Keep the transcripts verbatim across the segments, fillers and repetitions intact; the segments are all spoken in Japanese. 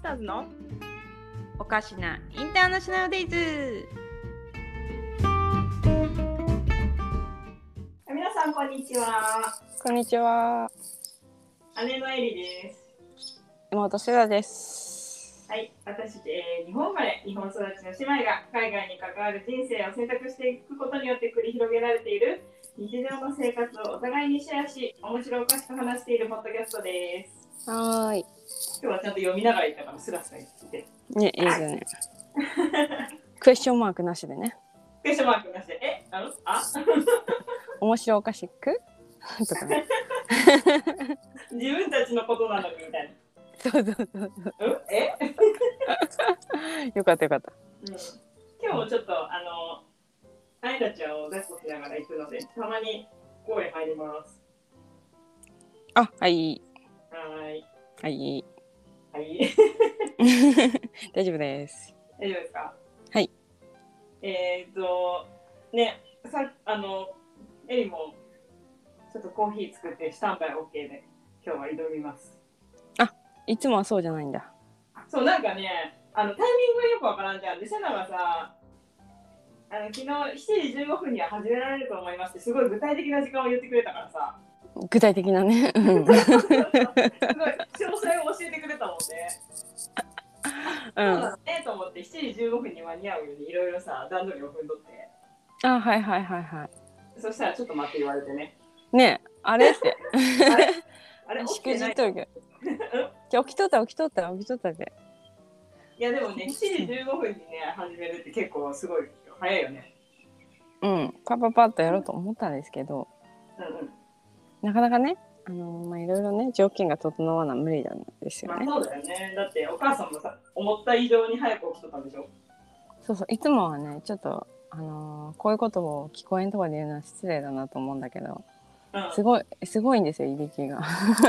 ターズのおかしなインターナショナルデイズ。 皆さんこんにちは。 こんにちは。 姉のエリです。 妹セラです。 はい、私、えー、日本生まれ日本育ちの姉妹が海外に関わる人生を選択していくことによって繰り広げられている日常の生活をお互いにシェアし、面白おかしく話しているポッドキャストです。 はーい。 今日はちゃんと読みながら言ったからスラスラ言って。 ね、いいですね。クエスチョンマークなしでね。 クエスチョンマークなしで、え、あの、あ面白おかしくとかね。 自分たちのことなのにみたいな。 そうそうそうそう。 うん、えよかったよかった。 うん、今日もちょっとあのあいらちゃんを抱っこしながら行くので、たまに声入ります。 あ、はい。 はい。 はい。 はい。 大丈夫です。 大丈夫ですか？ はい。 えーっと、ね、さあの、エリもちょっとコーヒー作ってスタンバイ OK で今日は挑みます。 あ、いつもはそうじゃないんだ。 そう、なんかね、あのタイミングがよくわからんじゃん。で、セナがさ、あの昨日しちじじゅうごふんには始められると思いますってすごい具体的な時間を言ってくれたからさ。 具体的なね。すごい詳細を教えてくれたもんね。そうなのねと思ってしちじじゅうごふんに間に合うようにいろいろさ段取りを踏んどって。 あ、はいはいはいはい。 そしたらちょっと待って言われてね。 ねえ、あれって。 あれあれしくじっとるけど。じゃ起きとった起きとった起きとったで。 いやでもねしちじじゅうごふんにね始めるって結構すごい早いよね。 うん、パパパッとやろうと思ったんですけど、 うんうん、 なかなかね、あのー、まあいろいろね条件が整わない無理なんですよね。 まあそうだよね。だってお母さんもさ思った以上に早く起きとったんでしょ。 そうそう、いつもはねちょっとあのー、こういうことを聞こえんとかで言うのは失礼だなと思うんだけど、うん、すごいすごいんですよいびきが。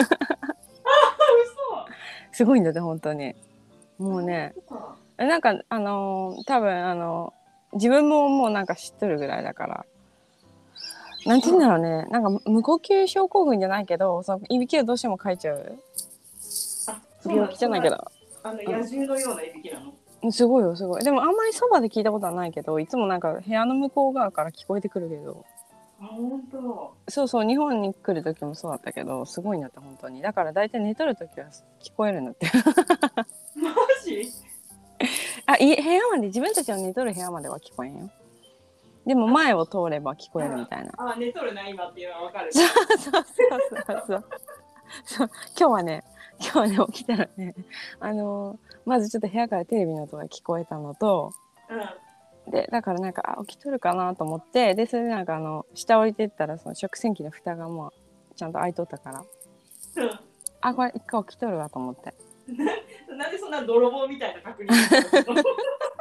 すごいんだって本当に。もうね、なんかあのー、多分あのー、自分ももうなんか知っとるぐらいだから。なんて言うんだろうね、なんか無呼吸症候群じゃないけど、そのいびきをどうしてもかいちゃう。 あ、 病気じゃないけど。 あの野獣のようないびきなの？ うん、すごいよすごい。でもあんまりそばで聞いたことはないけど、いつもなんか部屋の向こう側から聞こえてくるけど。 あ、本当。 そうそう、日本に来る時もそうだったけど、すごいなって本当に。だから大体寝とる時は聞こえるのって。 マジ？ あ、い部屋まで自分たちの寝とる部屋までは聞こえんよ。でも前を通れば聞こえるみたいな。 ああ、寝とるな今っていうのはわかる。 そうそうそうそうそう。そう今日はね、今日はね起きたらね、あのー、まずちょっと部屋からテレビの音が聞こえたのと、うん、でだからなんかあ起きとるかなと思って、でそれでなんかあの下降りてったらその食洗機の蓋がもうちゃんと開いとったから、うん、あこれ一回起きとるわと思って。 なんでそんな泥棒みたいな確認するの？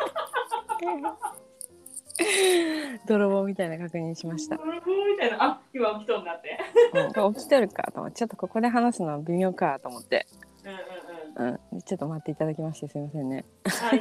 泥棒みたいな確認しました。 泥棒みたいな、あ、今起きとんだって。 うん、起きとるかと思って、ちょっとここで話すのは微妙かと思って。うんうんうん。うん、ちょっと待っていただきましてすみませんね。はい。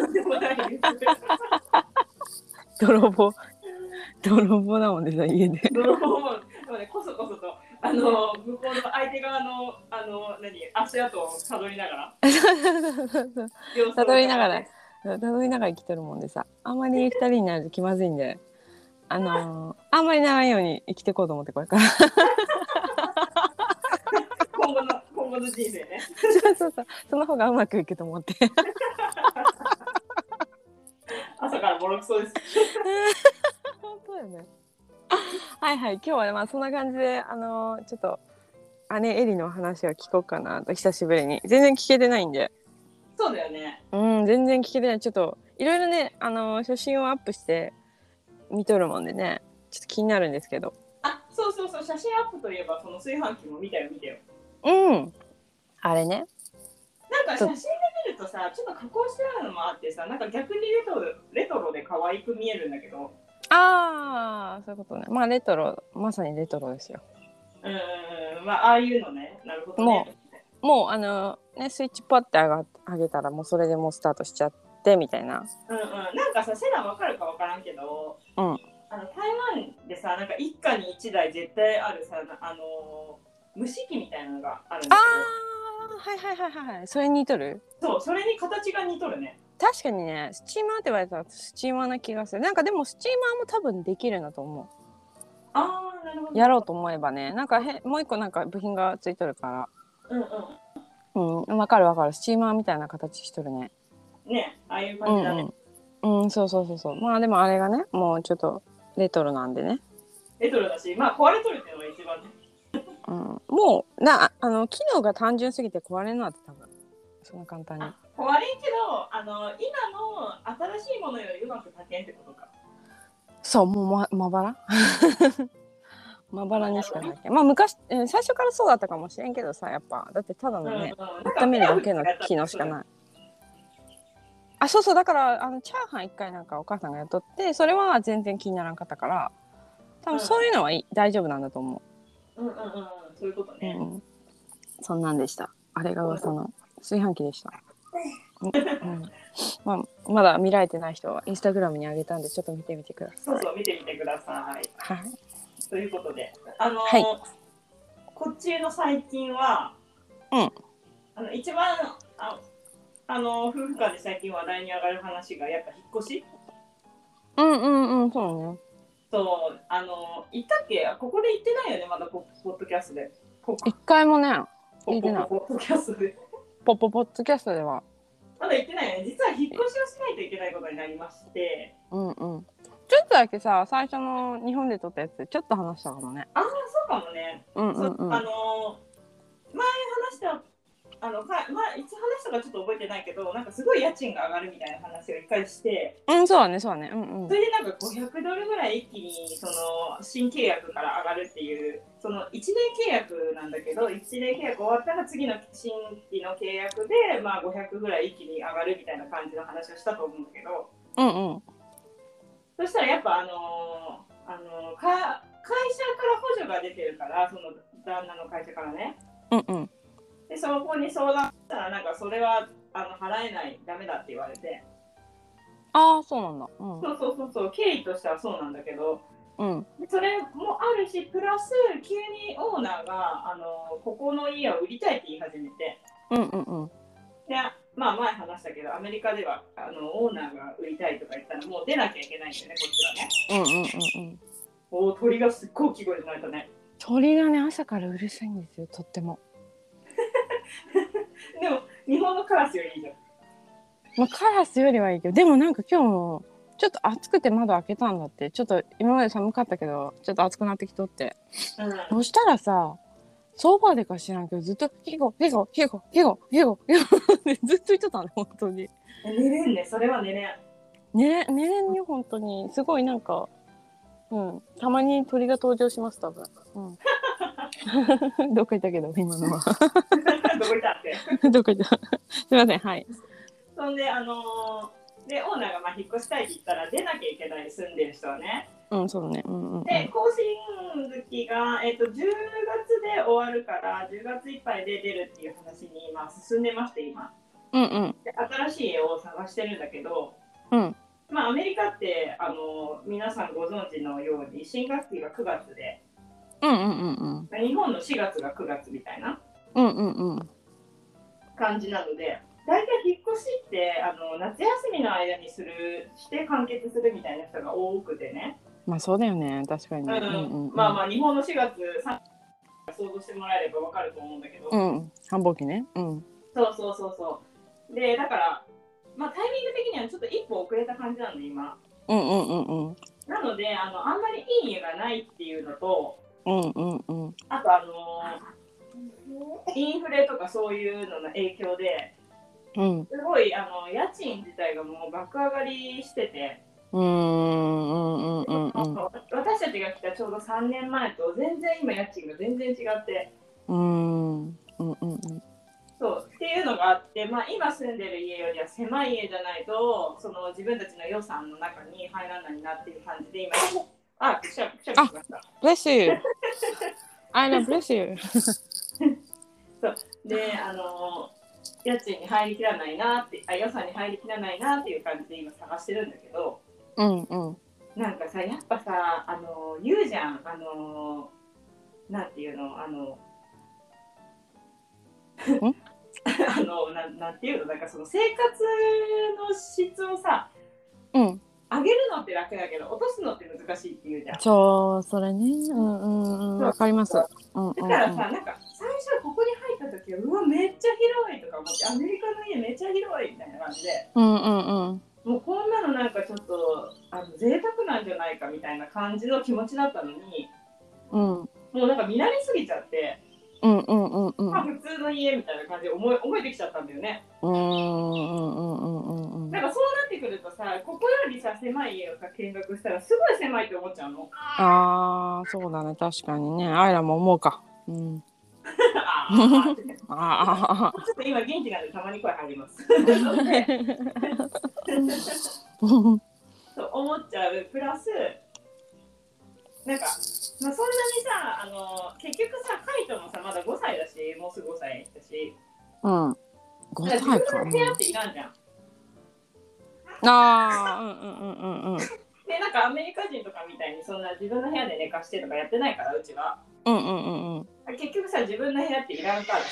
泥棒、泥棒だもんでさ家で。 泥棒もねこそこそとあの向こうの相手側のあの何足跡をたどりながら。 たどりながら。たどりながら生きてるもんでさ、あんまり二人になると気まずいんで、あのー、あんまりならんように生きていこうと思ってこれから。 今後の今後の人生ね。 そうそうそう、その方がうまくいくと思って。 朝からボロクソです。 本当だよね。はいはい、今日はまあそんな感じであのー、ちょっと姉エリの話を聞こうかなと久しぶりに。全然聞けてないんで。 そうだよね。 うん、全然聞けてない。ちょっといろいろね、あのー、写真をアップして見とるもんでね、ちょっと気になるんですけど。 あ、そうそうそう、写真アップといえばその炊飯器も見たよ見たよ。 うん。あれね。 なんか写真で見るとさ、ちょっと加工してあるのもあってさ、なんか逆にレトロレトロで可愛く見えるんだけど。 ああ、そういうことね。まあレトロ、まさにレトロですよ。 うん、まあああいうのね、なるほどね。 もう、もうあのねスイッチパッて上が上げたらもうそれでもうスタートしちゃってみたいな。 うんうん。なんかさ、セナ分かるか分からんけど、うん。あの台湾でさ、なんか一家に一台絶対あるさ、あの蒸し器みたいなのがあるんだけど。あはいはいはいはい。それに似とる？ そう、それに形が似とるね。 確かにね、スチーマーって言われたらスチーマーな気がする。なんかでもスチーマーも多分できるなと思う。 ああ、なるほど。 やろうと思えばね。なんかへもう一個なんか部品がついとるから。 うんうん。うん、わかるわかる。スチーマーみたいな形しとるね。 ね、ああいう感じだね。 うん、うん、うん、そうそうそうそう。まあでもあれがね、もうちょっとレトロなんでね。 レトロだし、まあ壊れとるっていうのが一番ね。 うん、もうなあの機能が単純すぎて壊れるのって多分そんな簡単に。 壊れんけど、あの今の新しいものよりうまく炊けんってことか。 そう、もうままばらまばらにしかないけど、まあ昔、えー最初からそうだったかもしれんけどさ、やっぱだってただのね、 うんうん、 温めるだけの機能しかない。あ、そうそう、だからあのチャーハン一回なんかお母さんがやっとって、それは全然気にならんかったから、多分そういうのはいい、うん、大丈夫なんだと思う。うんうんうん、そういうことね。 う。うん、そんなんでした。あれが噂の炊飯器でした。うん、まあ、まだ見られてない人はインスタグラムに上げたんでちょっと見てみてください。 そうそう見てみてください。 はい。 ということで、あのーはい、 こっちの最近は、 うん、 あの一番ああの夫婦間で最近話題に上がる話がやっぱ引っ越し。 うんうんうん、そうね。 そうあの言ったっけ？ここで言ってないよね、まだポッドキャストで。 一回もね、 言ってない。ポッドキャストで。 ポッポポッドキャストでは。 まだ言ってないよね。実は引っ越しをしないといけないことになりまして。 うんうん。ちょっとだけさ、最初の日本で撮ったやつでちょっと話したかもね。 ああ、そうかもね。 うんうんうん。 あの前話したあのか、まあ、いつ話したかちょっと覚えてないけど、なんかすごい家賃が上がるみたいな話を一回して、 うん、そうだね、そうだね。うんうん。 それでなんかごひゃくドルぐらい一気にその新契約から上がるっていう、そのいちねん契約なんだけど、いちねん契約終わったら次の新規の契約で、まあ、ごひゃくぐらい一気に上がるみたいな感じの話をしたと思うんだけど、 うんうん。 そしたらやっぱあのーあのー、か会社から補助が出てるから、その旦那の会社からね。 うんうん。 でそこに相談したらなんかそれはあの払えないダメだって言われて。 ああ、そうなんだ。うん、 そうそうそうそう、経緯としてはそうなんだけど、 うん、 それもあるし、プラス急にオーナーがあのここの家を売りたいって言い始めて、 うんうんうん。 でまあ前話したけど、アメリカではあのオーナーが売りたいとか言ったらもう出なきゃいけないんだよね、こっちはね。 うんうんうんうん。 おお、鳥がすっごい大きい声で鳴いたね。 鳥がね、朝からうるさいんですよ、とっても。 でも日本のカラスよりいいじゃん。 まあ、カラスよりはいいけど、でもなんか今日もちょっと暑くて窓開けたんだって。ちょっと今まで寒かったけどちょっと暑くなってきとって、うん、そしたらさ、ソファーでか知らんけどずっとヒゴヒゴヒゴヒゴヒゴヒゴってずっと言っとったの、本当に。 寝れんね、それは寝れん。 寝れ寝れんよ、本当に。すごいなんか、うん、たまに鳥が登場します、多分。うん、どっか行ったけど、今のは。 どこ行ったって。 どっか行った。すみません、はい。 そんで、あのー、で、オーナーがまあ引っ越したいって言ったら出なきゃいけない、住んでる人はね。 うん、そうね。うんうんうん、 で、更新月が、えーと、じゅうがつで終わるから、じゅうがついっぱいで出るっていう話に今進んでまして、今。 うんうん。 で、新しい家を探してるんだけど、 うん。 まあ、アメリカって、あのー、皆さんご存知のように、新学期がくがつで、 うんうんうんうん。 日本のしがつがくがつみたいなうんうんうん。 感じなので、大体引っ越しってあの夏休みの間にするして完結するみたいな人が多くてね。 まあそうだよね、確かに、ね。 うんうんうん、まあまあ日本のしがつさんがつ想像してもらえればわかると思うんだけど。 うん、繁忙期ね。うん。 そうそうそうそう。でだからまあタイミング的にはちょっと一歩遅れた感じなの今。 うんうんうんうん。 なのであのあんまりいい家がないっていうのと、 うんうんうん。 あとあのインフレとかそういうのの影響で。うん、すごいあの家賃自体がもう爆上がりしてて、 うんうんうんうんうん、 私たちが来たちょうどさんねんまえと全然今家賃が全然違って、 うんうんうんうん、 そうっていうのがあって、まあ、今住んでる家よりは狭い家じゃないとその自分たちの予算の中に入らないなっていう感じで今あくしゃくしゃくしました。 Bless you. I know bless you. そうであの家賃に入りきらないなってあ予算に入りきらないなっていう感じで今探してるんだけど、 うんうん、 なんかさやっぱさあの言うじゃんあのなんていうのあのあのななんていうの、なんかその生活の質をさ、 うん、 上げるのって楽だけど落とすのって難しいっていうじゃん。 そう、それね、うんうんうん、わかります。うんうんうん、 だからさ、なんか最初ここに入った時はうわめっちゃ広いとか思って、アメリカの家めっちゃ広いみたいな感じで、 うんうんうん、 もうこんなのなんかちょっとあの贅沢なんじゃないかみたいな感じの気持ちだったのに、 うん、 もうなんか見慣れすぎちゃって、 うんうんうんうん、 まあ、普通の家みたいな感じで思え思えてきちゃったんだよね。 うんうんうんうんうん、 なんかそうなってくるとさ、ここよりさ狭い家をさ見学したらすごい狭いって思っちゃうの。 ああ、そうだね、確かにね、あいらも思うか。うん。 ああ、 ああ。 ちょっと今元気なんでたまに声入ります。と思っちゃうプラス、なんか、まあ、そんなにさ、あの結局さ、カイトもさまだごさいだし、もうすぐごさいだし、 うん。ごさいか。 自分の部屋っていらんじゃん。 ああ、うんうんうんうんうん。 で、なんかアメリカ人とかみたいにそんな自分の部屋で寝かしてとかやってないから、うちは。 うんうんうんうん。 結局さ、自分の部屋っていらんからさ、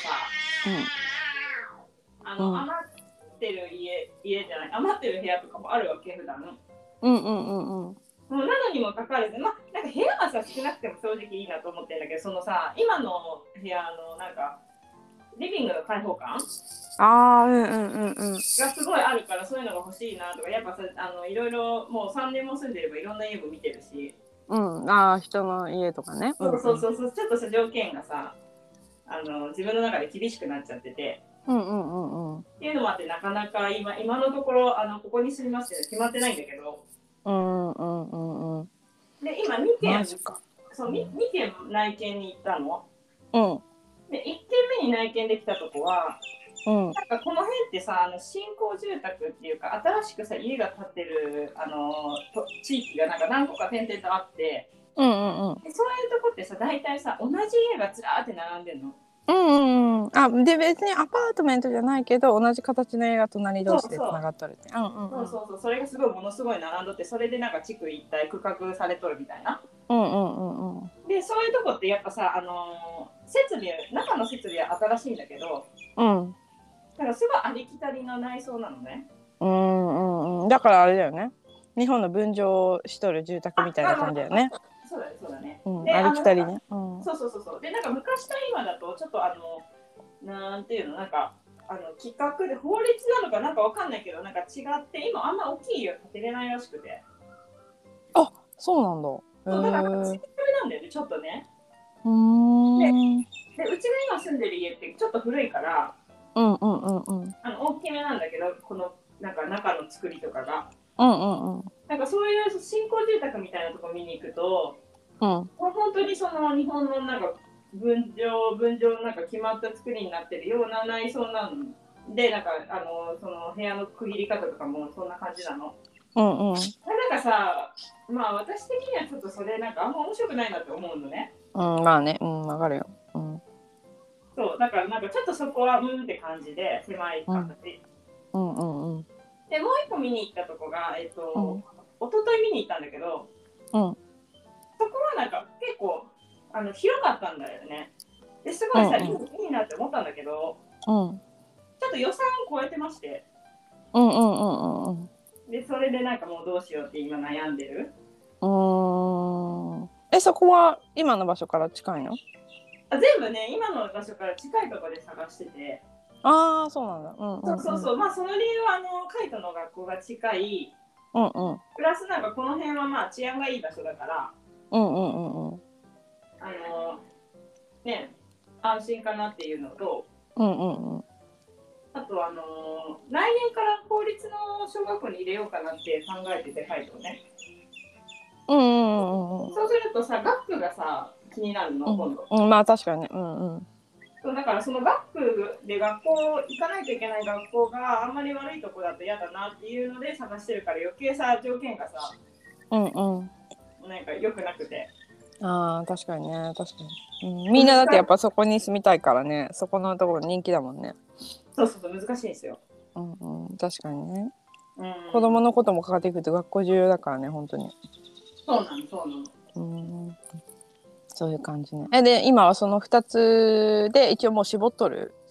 うん、あの、うん、余ってる家、家じゃない、余ってる部屋とかもあるわけ、普段の。 うんうんうんうん。 もうなのにもかかわらず、まあ、なんか部屋はさ、少なくても正直いいなと思ってるんだけど、そのさ、今の部屋のなんか、リビングの開放感ああ、うんうんうんうん。 がすごいあるから、そういうのが欲しいなとか、やっぱさ、あの、いろいろもうさんねんも住んでればいろんな家も見てるし。 うん、ああ、人の家とかね。 そうそうそうそう、ちょっとさ、条件がさ、あの、自分の中で厳しくなっちゃってて。 うんうんうんうん。 っていうのもあって、なかなか今、今のところ、あの、ここに住みますけど、決まってないんだけど。 うんうんうんうん。 で、今にけん、 マジか。 そう、にけん内見に行ったの。 うん。 で、いっけんめに内見できたとこは、うん、なんかこの辺ってさ、あの新興住宅っていうか、新しくさ、家が建ってる、あのと地域がなんか何個か点々とあって、 うんうんうん、 でそういうとこってさ、大体さ、同じ家がずらーって並んでるの。 うんうんうん。あ、で別にアパートメントじゃないけど同じ形の家が隣同士でつながっとるって。 そうそうそう、それがすごいものすごい並んどって、それでなんか地区一体区画されとるみたいな。 うんうんうんうん。 で、そういうとこってやっぱさ、あのー、設備、中の設備は新しいんだけど、うん。だからすごいありきたりの内装なのね。 うんうんうん。だからあれだよね。日本の分譲しとる住宅みたいな感じだよね。 そうだね、そうだね。 うん、ありきたりね。 うん、そうそうそうそう。で、なんか昔と今だとちょっとあのなんていうの、なんかあの企画で法律なのかなんかわかんないけど、なんか違って今あんま大きい家建てれないらしくて。 あ、そうなんだ。 そうだからシンプルなんだよね、ちょっとね。 うーん。 で、でうちが今住んでる家ってちょっと古いから。 うんうんうんうん。 あの大きめなんだけど、このなんか中の作りとかが。 うんうんうん。 なんかそういう新興住宅みたいなとこ見に行くと、うん、本当にその日本のなんか分譲分譲のなんか決まった作りになってるような内装なんで、なんかあのその部屋の区切り方とかもそんな感じなの。うんうん。なんかさ、まあ私的にはちょっとそれなんかあんま面白くないなって思うのね。 うん、まあね、うん、わかるよ。うん。 そう、だからなんかちょっとそこはうんって感じで狭い形。うん、うんうんうん。でもう一個見に行ったとこが、えっと、うん、一昨日見に行ったんだけど、うん、そこはなんか結構あの広かったんだよね。ですごいさ、うんうん、いいなって思ったんだけど、うん、ちょっと予算を超えてまして、うんうんうんうん、でそれでなんかもうどうしようって今悩んでる。 うーん、え、そこは今の場所から近いの？ あ、全部ね、今の場所から近いところで探してて。 ああ、そうなんだ。 うんうんうん、そうそうそう。まあその理由はあのカイトの学校が近い。 うんうん。 プラスなんかこの辺はまあ治安がいい場所だから。うんうんうんうん。あのね、安心かなっていうのと。うんうんうん。あとあの来年から公立の小学校に入れようかなって考えてて、カイトね。うんうんうんうん。そうするとさ、学区がさ気になるの、うん、今度。うん、 まあ確かにね。うんうん。 そうだからその学区で学校行かないといけない学校があんまり悪いとこだと嫌だなっていうので探してるから、余計さ条件がさ、うんうん、なんか良くなくて。 ああ、確かにね、確かに、うん、みんなだってやっぱそこに住みたいからね、そこのところ人気だもんね。 そうそうそう、難しいんですよ。 うんうん、確かにね、うん、子供のこともかかっていくと学校重要だからね、本当に。 そうなのそうなの。 うん、そういう感じね。えで今はそのふたつで一応もう絞っとる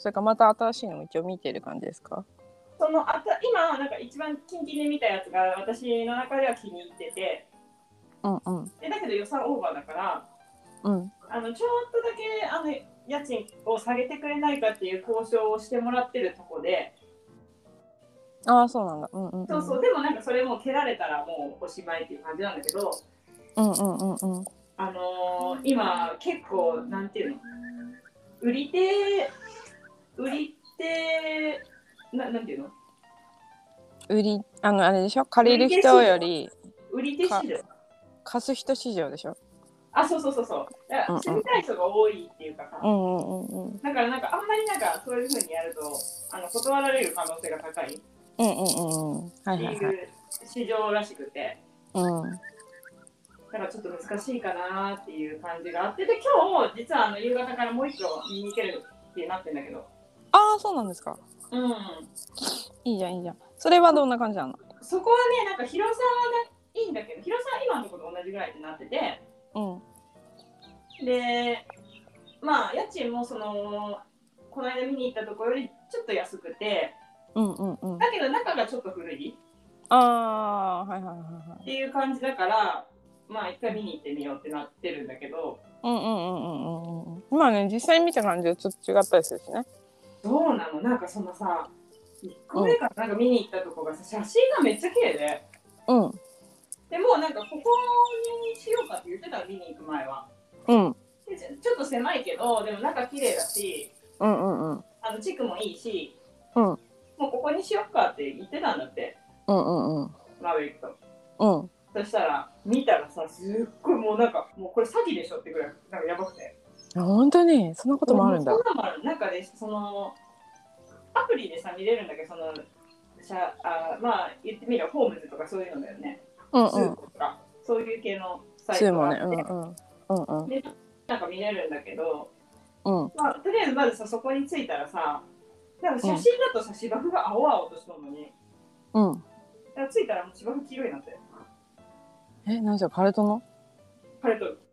それかまた新しいのも一応見てる感じですか？ そのあた今なんか一番近々で見たやつが私の中では気に入ってて、 うんうん、 でだけど予算オーバーだから、うん、あのちょっとだけあの家賃を下げてくれないかっていう交渉をしてもらってるとこで。 ああそうなんだ、うんうんうん、 そうそう、でもなんかそれも蹴られたらもうおしまいっていう感じなんだけど、 うんうんうんうん、 あのー、今結構なんていうの、売り手売り手ななんていうの、 売りあのあれでしょ、借りる人より売り手市場、 貸す人市場でしょ。 あ、そうそうそうそう、だから住みたい人が多いっていうかさ、 うんうんうんうん、 だからなんかあんまりなんかそういう風にやるとあの断られる可能性が高いうんうんうん、はいはいはい、 っていう市場らしくて、 うん、 だからちょっと難しいかなっていう感じがあって、で今日実はあの夕方からもう一個見に行けるってなってんだけど。 ああそうなんですか。 うん、 いいじゃんいいじゃん。それはどんな感じなの？ そこはね、なんか広さがいいんだけど、広さは今のところと同じぐらいってなってて、うん、でまあ家賃もそのこの間見に行ったところよりちょっと安くて、うんうんうん、だけど中がちょっと古い、 ああはいはいはいはいっていう感じだから、まあ一回見に行ってみようってなってるんだけど、 うんうんうんうんうん、まあね実際見た感じはちょっと違ったりするしね。 そうなの、なんかそのさいっこめからなんか見に行ったとこがさ、写真がめっちゃ綺麗で、うん、でもなんかここにしようかって言ってたの、見に行く前は。うん、でちょっと狭いけどでも中綺麗だし、うんうんうん、あの地区もいいし、うん、もうここにしようかって言ってたんだって、うんうんうん、マーベリックと。うん、そしたら見たらさ、すっごいもうなんかもうこれ詐欺でしょってぐらいなんかやばくて。 本当にそんなこともあるんだ。 そんなもある。なんかでそのアプリでさ見れるんだけど、そのしゃあまあ言ってみればホームズとかそういうのだよね。うんうん、スーとかそういう系のサイトがあって、ね、うんうんうん、でなんか見れるんだけど、うんまあ、とりあえずまずさそこに着いたらさ、なんか写真だとさ、うん、芝生が青々としとるのに、うん、だから着いたらもう芝生黄色いなって。 え、何じゃ枯れとんの？ 枯れとる。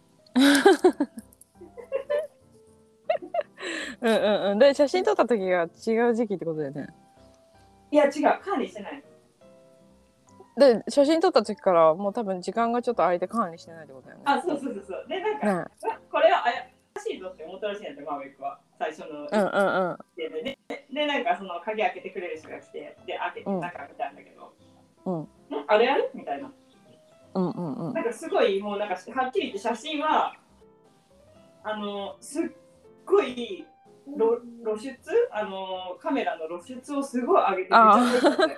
うんうんうん。で写真撮った時が違う時期ってことだよね。 いや違う、管理してない。 で写真撮った時からもう多分時間がちょっと空いて管理してないってことだよね。 あ、そうそうそうそう。でなんか、ね、これは怪しいぞって思ったらしいんだって、マーベリックは最初の。うんうんうん。でででなんかその鍵開けてくれる人が来て、で開けて中見たんだけど、うん、あれあれみたいな。うんうんうん。なんかすごいもうなんかはっきり言って写真はあのすっごい露露出あのカメラの露出をすごい上げてめちゃめちゃって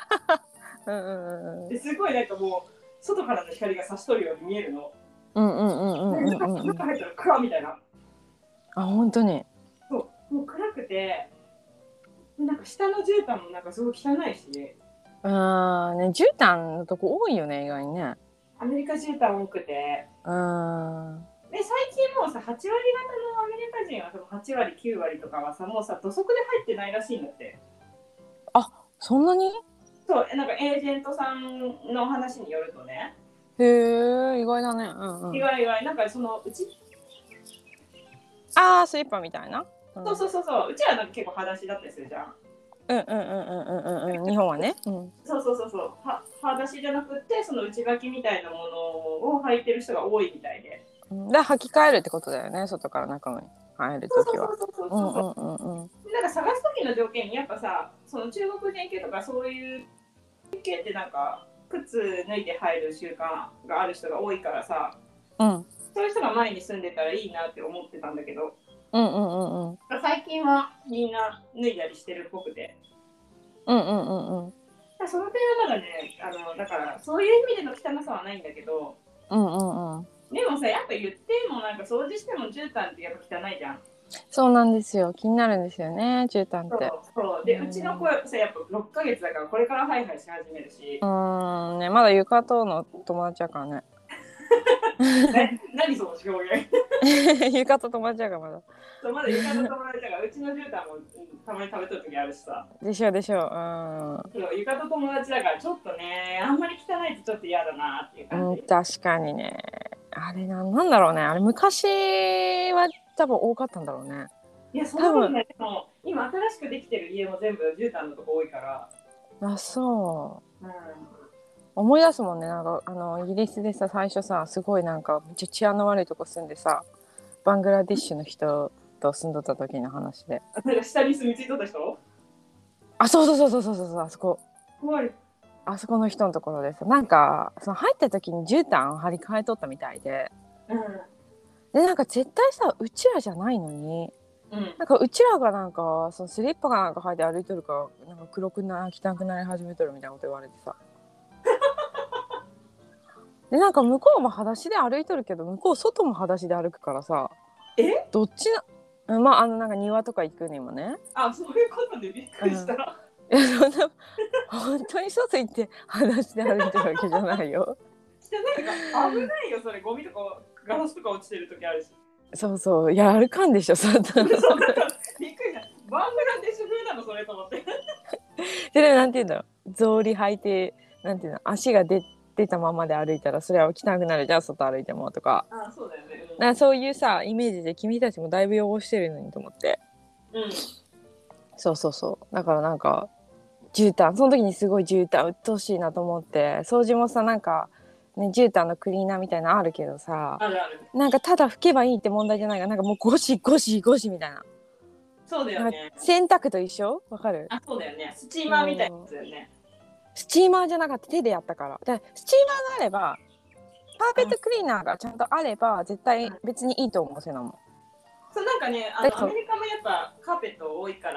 うんうん、ですごいなんかもう外からの光が差し取るように見えるの。うんうんうんうんうん。中入ったら暗みたいな。 あ、本当に。 そう、もう暗くて、なんか下の絨毯もなんかすごい汚いしね。 ああね、絨毯のとこ多いよね、意外にね。 アメリカ絨毯多くて。うん。で最近もうさはちわり方のアメリカ人ははちわりきゅうわりとかはさもうさ土足で入ってないらしいんだって。 あ、そんなに？ そうなんかエージェントさんの話によるとね。 へえ、意外だね。うんうん、 意外意外なんかそのうちああスリッパみたいな、 うん、そうそうそうそう、うちはなんか結構裸足だったりするじゃん。 うんうんうんうんうんうん、日本はね、うん、 そうそうそうそうは裸足じゃなくてその内履きみたいなものを履いてる人が多いみたいで。 で履き替えるってことだよね、外から中に入るときは。 なんか探す時の条件にやっぱさその中国人系とかそういう系ってなんか靴脱いで入る習慣がある人が多いからさ、うん、そういう人が前に住んでたらいいなって思ってたんだけど、うんうんうんうん、最近はみんな脱いだりしてるっぽくて、うんうんうんうん、その点はまだねあのだからそういう意味での汚さはないんだけど、うんうんうん、でもさやっぱ言ってもなんか掃除しても絨毯ってやっぱ汚いじゃん。 そうなんですよ、気になるんですよね、絨毯って。 そうそうで、うん、うちの子はさやっぱろっかげつだからこれからハイハイし始めるし、 うんね、まだ床との友達だからね。 何その表現床と友達だからまだ。 そうまだ床と友達だからうちの絨毯もたまに食べとる時あるしさ。 でしょでしょ、うん、 そう床と友達だからちょっとねあんまり汚いとちょっと嫌だなっていう感じ、 うん、確かにね。あれな、なんだろうね、あれ昔は多分多かったんだろうね。 いいや、そんなことない。でも今新しくできてる家も全部絨毯のとこ多いから。 あ、そう、 うん、 思い出すもんね。なんかあのイギリスでさ、最初さ、すごいなんかめっちゃ治安の悪いとこ住んでさ、バングラディッシュの人と住んどった時の話で。 なんか下に住み着いとった人？ あ、そうそうそうそうそうそう、あそこ。 怖い。 あそこの人のところでさ、なんかその入った時に絨毯を張り替えとったみたいで、 うん、 でなんか絶対さ、うちらじゃないのに、 うん、 なんかうちらがなんかそのスリッパかなんか履いて歩いとるから、なんか黒くな汚くなり始めとるみたいなこと言われてさ。でなんか向こうも裸足で歩いとるけど、向こう外も裸足で歩くからさ、 え？ どっちな、まああのなんか庭とか行くにもね。 あ、そういうことでびっくりした。 うん、いやそんな本当に外行って裸足で歩いてるわけじゃないよ。 なんか危ないよ、それ。ゴミとかガラスとか落ちてる時あるし。 そうそう、いや歩かんでしょそんな。 そうなんかびっくりした。バングラデシュ風なのそれと思って。 それなんていうんだろう、草履履いて、なんていうの、足が出出たままで歩いたらそれは汚くなるじゃん、外歩いてもとか。 あ、そうだよね。うん、 なんかそういうさイメージで、君たちもだいぶ汚してるのにと思って。 うん、 そうそうそう、だからなんか絨毯、その時にすごい絨毯鬱陶しいなと思って、掃除もさなんかね、絨毯のクリーナーみたいなのあるけどさ、 あるある。 なんかただ拭けばいいって問題じゃないから、なんかもうゴシゴシゴシみたいな。 そうだよね。 洗濯と一緒？わかる？ あ、そうだよね。スチーマーみたいなやつだよね。 スチーマーじゃなかった手でやったから。でスチーマーがあれば、パーペットクリーナーがちゃんとあれば絶対別にいいと思う、せなもん。 そう、なんかね、あのアメリカもやっぱカーペット多いから、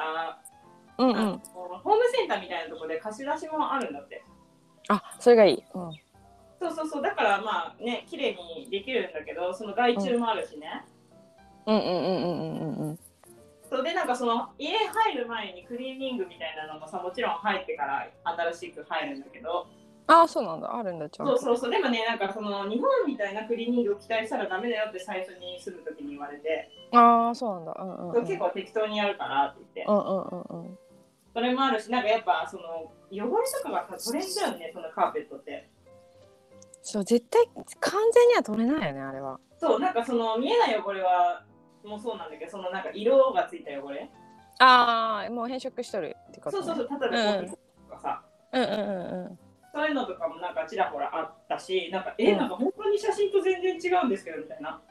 うんうん、 ホームセンターみたいなところで貸し出しもあるんだって。 あ、それがいい。うん、 そうそうそう、だからまあね、綺麗にできるんだけど、その外注もあるしね。 うんうんうんうんうんうん。 そうで、なんかその家入る前にクリーニングみたいなのもさ、もちろん入ってから新しく入るんだけど。 ああ、そうなんだ、あるんだ、ちゃんと。 そうそうそう、でもね、なんかその日本みたいなクリーニングを期待したらダメだよって最初に住むときに言われて。 ああ、そうなんだ。うんうん、うん、 結構適当にやるからって言って。 うんうんうんうん。 それもあるし、なんかやっぱその汚れとかが取れんじゃんね、そのカーペットって。 そう、絶対完全には取れないよね、あれは。 そう、なんかその見えない汚れはもうそうなんだけど、そのなんか色がついた汚れ。 ああ、もう変色しとるってこと、ね。 そうそうそう、例えばコーヒーとかさ、 うんうんうんうん、 そういうのとかもなんかちらほらあったし、なんかえ、なんか本当に写真と全然違うんですけどみたいな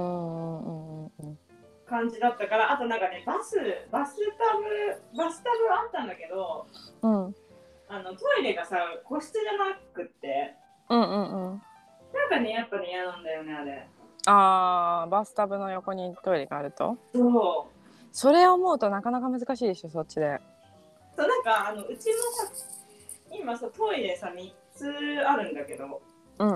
感じだったから、あとなんかね、バスバスタブバスタブあったんだけど、うん、あのトイレがさ個室じゃなくって、うんうんうん、なんかねやっぱね嫌なんだよねあれ。 ああ、バスタブの横にトイレがあると。 そう。 それを思うとなかなか難しいでしょ、そっちで。 そう、なんかあのうちもさ、今さトイレさみっつあるんだけど、うん、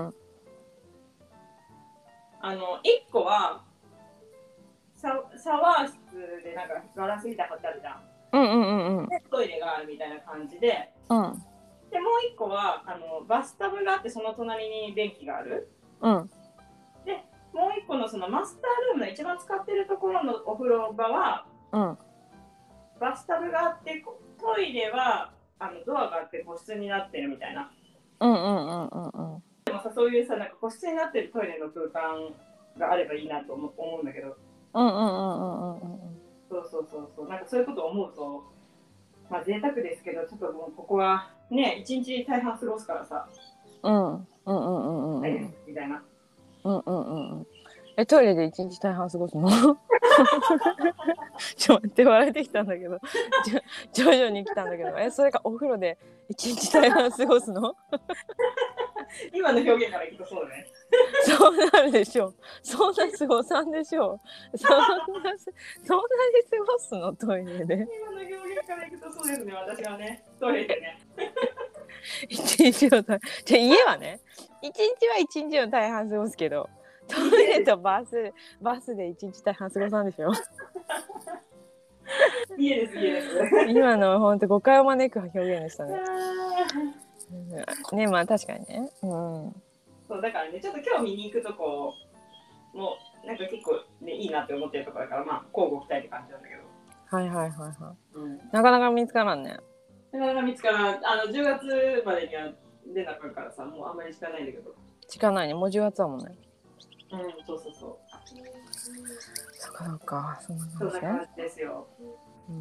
あのいっこはシャワー室でなんかガラスみたいな貼ってあるじゃん。うんうんうんうん。でトイレがあるみたいな感じで、うん、でもういっこはあのバスタブがあってその隣に便器がある。うん。でもういっこのそのマスタールームの一番使ってるところのお風呂場は、うん、バスタブがあってトイレはあのドアがあって個室になってるみたいな。うんうんうんうんうん。でもさ、そういうさなんか個室になってるトイレの空間があればいいなと思うんだけど。うんうんうんうんうんうん。そうそうそうそう、なんかそういうことを思うと、まあ贅沢ですけど、ちょっともうここはね一日大半過ごすからさ。うんうんうんうんうん。はい、みたいな。うんうんうんうん。え、トイレで一日大半過ごすの？ちょっと待って、笑えてきたんだけど、徐々に来たんだけど、え、それかお風呂で一日大半過ごすの？今の表現からいくとそうだね。そうなるでしょう。そんな過ごさんでしょう。そんな、そんなに過ごすのトイレで。今の表現からいくとそうですね、私はね、トイレでね。一日をじゃ家はね、一日は一日の大半過ごすけど、トイレとバスバスで一日大半過ごさんでしょ。家です家です。今の本当誤解を招く表現でしたね。ね、まあ確かにね。うん。そうだからね、ちょっと今日見に行くとこもなんか結構ねいいなって思ってるところだから、まあ交互期待って感じなんだけど。はいはいはいはい。うん、なかなか見つからんね。なかなか見つからん。あのじゅうがつまでには出なかったからさ、もうあんまり時間ないんだけど。時間ないね、もうじゅうがつだもんね。うん、そうそうそう。 そっかそっか、そんなそん感じな感じですよ。 うん。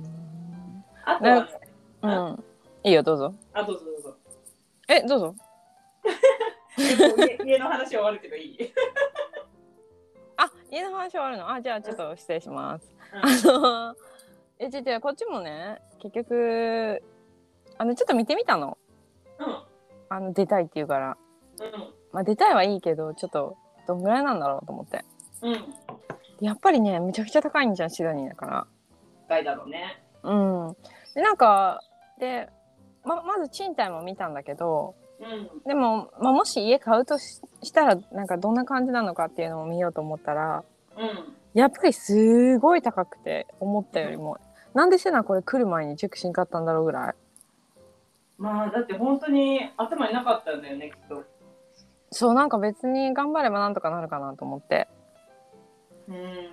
あとはね、 うん。いいよ、どうぞ。 あ、どうぞどうぞ。 え、どうぞ。 え、もう家家の話終わるけどいいあ、家の話終わるの。あ、じゃあちょっと失礼します。 うん、 あの、え、違う違う、こっちもね、結局、あの、ちょっと見てみたの。 うん、 あの、出たいって言うから。 うん、 まあ、出たいはいいけど、ちょっと、どんぐらいなんだろうと思って。 うん。 やっぱりね、めちゃくちゃ高いんじゃん、シドニーだから。 高いだろうね。 うん。で、なんか、で、ま、まず賃貸も見たんだけど、 うん、 でも、まあ、もし家買うと し, したら、なんかどんな感じなのかっていうのを見ようと思ったら、 うん。 やっぱりすごい高くて、思ったよりも。なんでセナこれ来る前にチェックしんかったんだろうぐらい。 まあ、だって本当に頭になかったんだよね、きっと。 そう、なんか別に頑張ればなんとかなるかなと思って。 うん。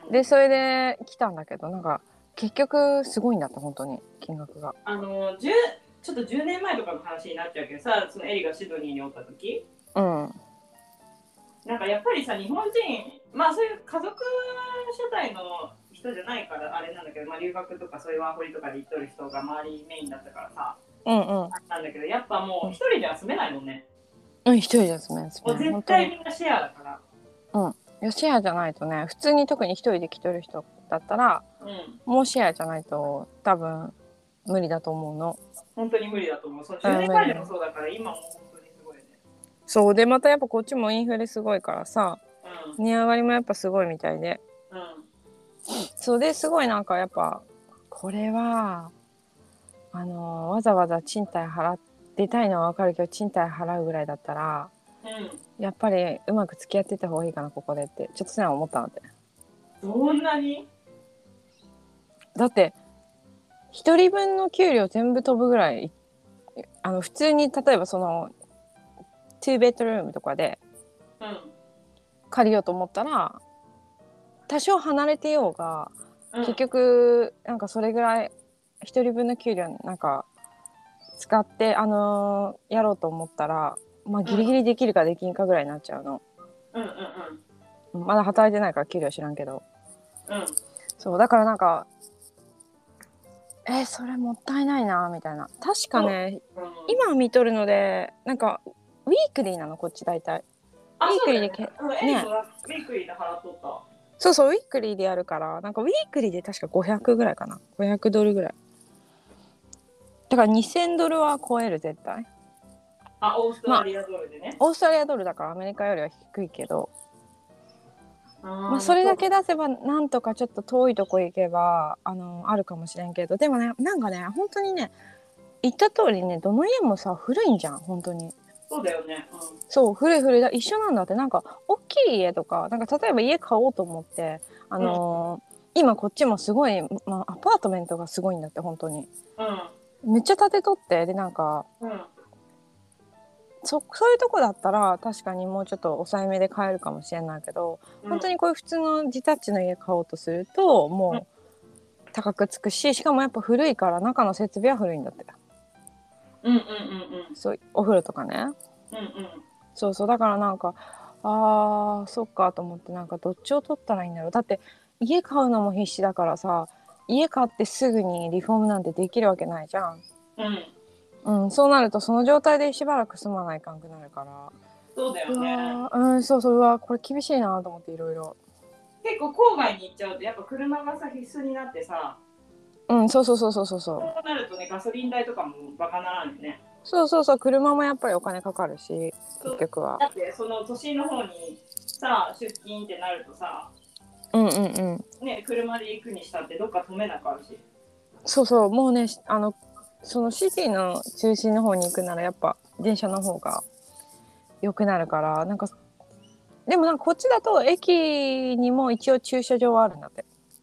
で、それで来たんだけど、なんか結局すごいんだった、本当に、金額が。 あの、じゅうちょっとじゅうねんまえとかの話になっちゃうけどさ、そのエリがシドニーにおった時、 うん。 なんかやっぱりさ、日本人、まあそういう家族社会の人じゃないからあれなんだけど、まあ、留学とかそういうワーホリとかで行っとる人が周りメインだったからさ、 うんうん。 なんだけど、やっぱもう一人では住めないもんね。 うん、一人ですね。 もう絶対みんなシェアだから。 うん。いや、シェアじゃないとね、普通に特に一人で来てる人だったら、 うん。 もうシェアじゃないと多分無理だと思うの。 本当に無理だと思う。そのじゅうねんまえでもそうだから、今も本当にすごいね。 そうで、またやっぱこっちもインフレすごいからさ、 うん。 値上がりもやっぱすごいみたいで。 うん。 そうですごいなんかやっぱ、これは、あのーわざわざ賃貸払ってたいのはわかるけど、賃貸払うぐらいだったら、 うん。 やっぱりうまく付き合ってた方がいいかな、ここでって、ちょっとそれは思ったので。 そんなにだって、一人分の給料全部飛ぶぐらい、あの、普通に例えばその、にベッドルームとかで借りようと思ったら、多少離れてようが、 うん、 結局なんかそれぐらい一人分の給料なんか使ってあのーやろうと思ったら、まあギリギリできるかできんかぐらいになっちゃうの。 うんうんうん、まだ働いてないから給料知らんけど。 うんうんそうだからなんか、えー、それもったいないなみたいな。確かね、 うん、 今見とるのでなんかウィークリーなの、こっち大体。 あ、 ウィークリーでそうだけ、 よね。 ね、 ウィークリーで払っとった。 そうそう、ウィークリーでやるから、なんかウィークリーで確かごひゃくぐらいかな、ごひゃくドルぐらいだから、にせんドルは超える絶対。 あ、オーストラリアドルでね。 まあ、オーストラリアドルだからアメリカよりは低いけど、 あ、 まあ、それだけ出せばなんとかちょっと遠いとこ行けばあのあるかもしれんけど、でもね、なんかね、本当にね、言った通りね、どの家もさ古いんじゃん、本当に。 そうだよね。うん、 そう、古い古いだ、一緒なんだって。なんか大きい家とか、なんか例えば家買おうと思ってあのーうん、今こっちもすごい、まあ、アパートメントがすごいんだって、本当に。 うん、 めっちゃ建てとって、でなんか、 うん、 そ, そういうとこだったら確かにもうちょっと抑えめで買えるかもしれないけど、うん、本当にこういう普通のディタッチの家買おうとするともう高くつくし、しかもやっぱ古いから中の設備は古いんだって。 うんうんうんうん。 そう、お風呂とかね。 うんうん。 そうそう、だからなんか、あーそっかと思って、なんかどっちを取ったらいいんだろう。だって家買うのも必死だからさ、家買ってすぐにリフォームなんてできるわけないじゃん。うん、うん、そうなるとその状態でしばらく住まないかんくなるから。 そうだよね。 うん、そうそう、うわこれ厳しいなと思って、いろいろ。 結構郊外に行っちゃうとやっぱ車がさ必須になってさ。 うん、そうそうそうそうそうそう。 そうなるとね、ガソリン代とかもバカならんよね。 そうそうそう、車もやっぱりお金かかるし、結局は。 だってその都心の方にさ出勤ってなるとさ、 うんうんうん。 ね、車で行くにしたってどっか止めなくあるし。 そうそう、もうね、あのそのシティの中心の方に行くならやっぱ電車の方が良くなるから、なんかでもなんかこっちだと駅にも一応駐車場はあるんだって。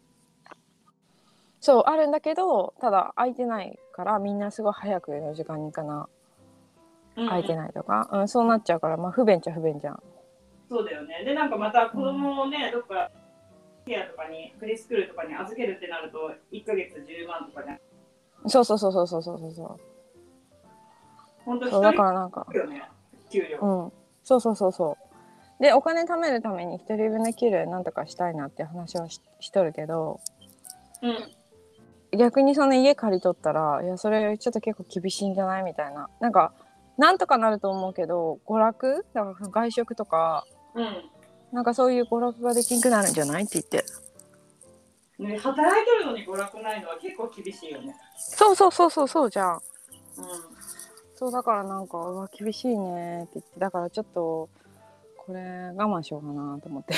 そうあるんだけど、ただ空いてないからみんなすごい早くの時間に行かな、空いてないとか、うん、うん、そうなっちゃうから、まあ不便っちゃ不便じゃん。 そうだよね。でなんかまた子供をね、うん、どっかケアとかにプリスクールとかに預けるってなるといっかげつじゅうまんとかね。 そうそうそうそうそうそうそう。 本当そうだからなんか、 よね、給料。 うん、そうそうそうそう。 でお金貯めるために一人分で給料なんとかしたいなって話は し, しとるけど、 うん、 逆にその家借りとったらいやそれちょっと結構厳しいんじゃないみたいな、なんかなんとかなると思うけど娯楽だから外食とか、 うん、 なんかそういう娯楽ができんくなるんじゃないって言って、 ね、働いてるのに娯楽ないのは結構厳しいよね。 そうそうそうそうそうじゃん、 うん、 そうだからなんかうわ厳しいねって言って、だからちょっとこれ我慢しようかなと思って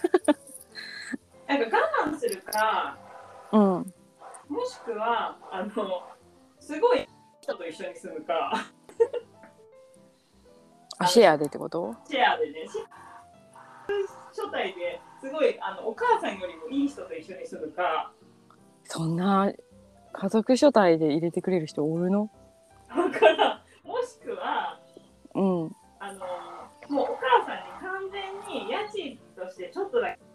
なんか我慢するか、 うん、 もしくはあのすごい人と一緒に住むかあシェアでってこと？ シェアでね、初対ですごいあのお母さんよりもいい人と一緒に住むか。 そんな家族所帯で入れてくれる人おるの？ だからもしくは、 うん、 あのもうお母さんに完全に家賃としてちょっとだけ。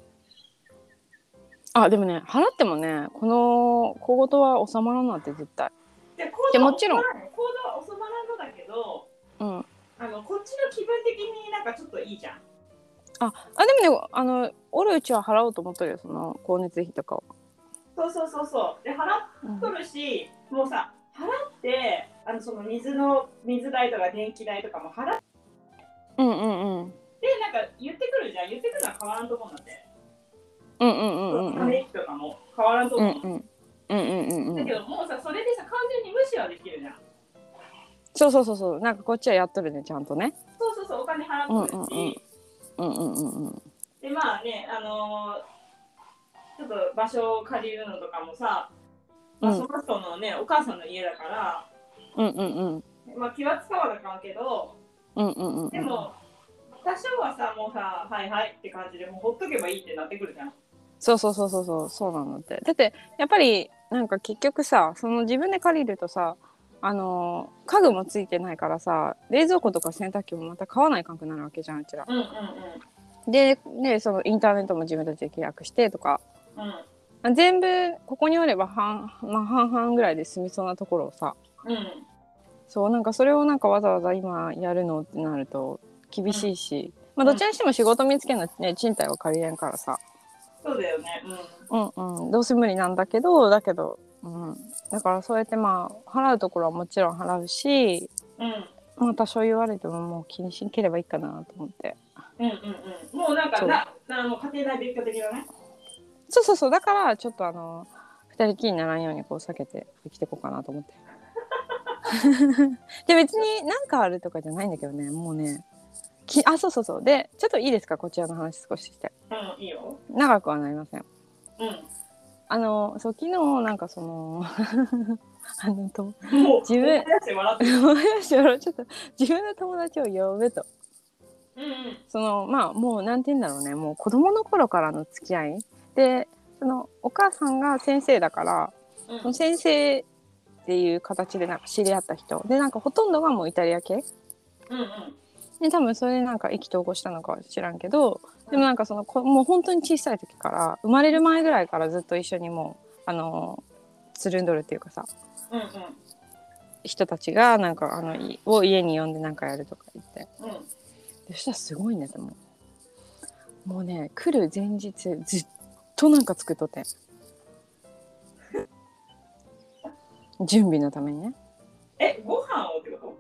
あでもね払ってもねこの小言は収まらんなって絶対。 ででもちろん行動は収まらんのだけど、 うん、 あのこっちの気分的になんかちょっといいじゃん。 ああでもねあのおるうちは払おうと思っとるよ、その光熱費とかは。 そうそうそうそう。で払っとるし、うん、もうさ払ってあのその水の水代とか電気代とかも払って、 うんうんうん、 でなんか言ってくるじゃん。言ってくるのは変わらんと思うんだって。 うんうんうんうん、 ため息とかも変わらんと思う。 うんうんうんうんうんうん。 だけどもうさそれでさ完全に無視はできるじゃん。 そうそうそうそう、なんかこっちはやっとるねちゃんとね。 そうそうそう、お金払っとるし、 うんうんうんうん。 でまあねあのー、ちょっと場所を借りるのとかもさ、まあ、その人のね、うん、お母さんの家だから、 うんうんうん、 まあ気は使わなあかんけど、 うんうんうん、 でも多少はさもうさはいはいって感じでもうほっとけばいいってなってくるじゃん。 そうそうそうそうそうそうなのって。だってやっぱりなんか結局さその自分で借りるとさあの家具もついてないからさ冷蔵庫とか洗濯機もまた買わないかんくなるわけじゃんうちら。 うんうんうん、でねそのインターネットも自分たちで契約してとか、うん、全部ここにおれば半、まあ、半々ぐらいで済みそうなところをさ、 うん、 そうなんかそれをなんかわざわざ今やるのってなると厳しいし、うん、まあどっちにしても仕事見つけるのね賃貸は借りれんからさ。 そうだよね。 うん、うんうん、どうせ無理なんだけどだけど、うん、だからそうやってまあ払うところはもちろん払うし、うん、まあ多少言われてももう気にしんければいいかなと思って。 うんうんうん。もうなんかななもう家庭内別居的だね。 そうそうそう、だからちょっとあの二人きりにならんようにこう避けて生きていこうかなと思ってで別に何かあるとかじゃないんだけどね、もうねきあそうそうそうでちょっといいですかこちらの話少しして。 うんいいよ。 長くはなりません。 うん。 あのそう昨日なんかそのあのともう自分思い出して笑ってるちょっと自分の友達を呼べと、 うんうん、 そのまあもうなんて言うんだろうね、もう子供の頃からの付き合いで、そのお母さんが先生だから、うん、その先生っていう形でなんか知り合った人で、なんかほとんどがもうイタリア系、うんうん、で多分それでなんか意気投合したのかは知らんけど、でもなんかそのもう本当に小さい時から生まれる前ぐらいからずっと一緒にもうあのつるんどるっていうかさ、うんうん、人たちがなんかあのを家に呼んでなんかやるとか言って、うん、でそしたらすごいねと思う。もうね来る前日ずっとなんか作っとって準備のためにね。 えご飯をってこと？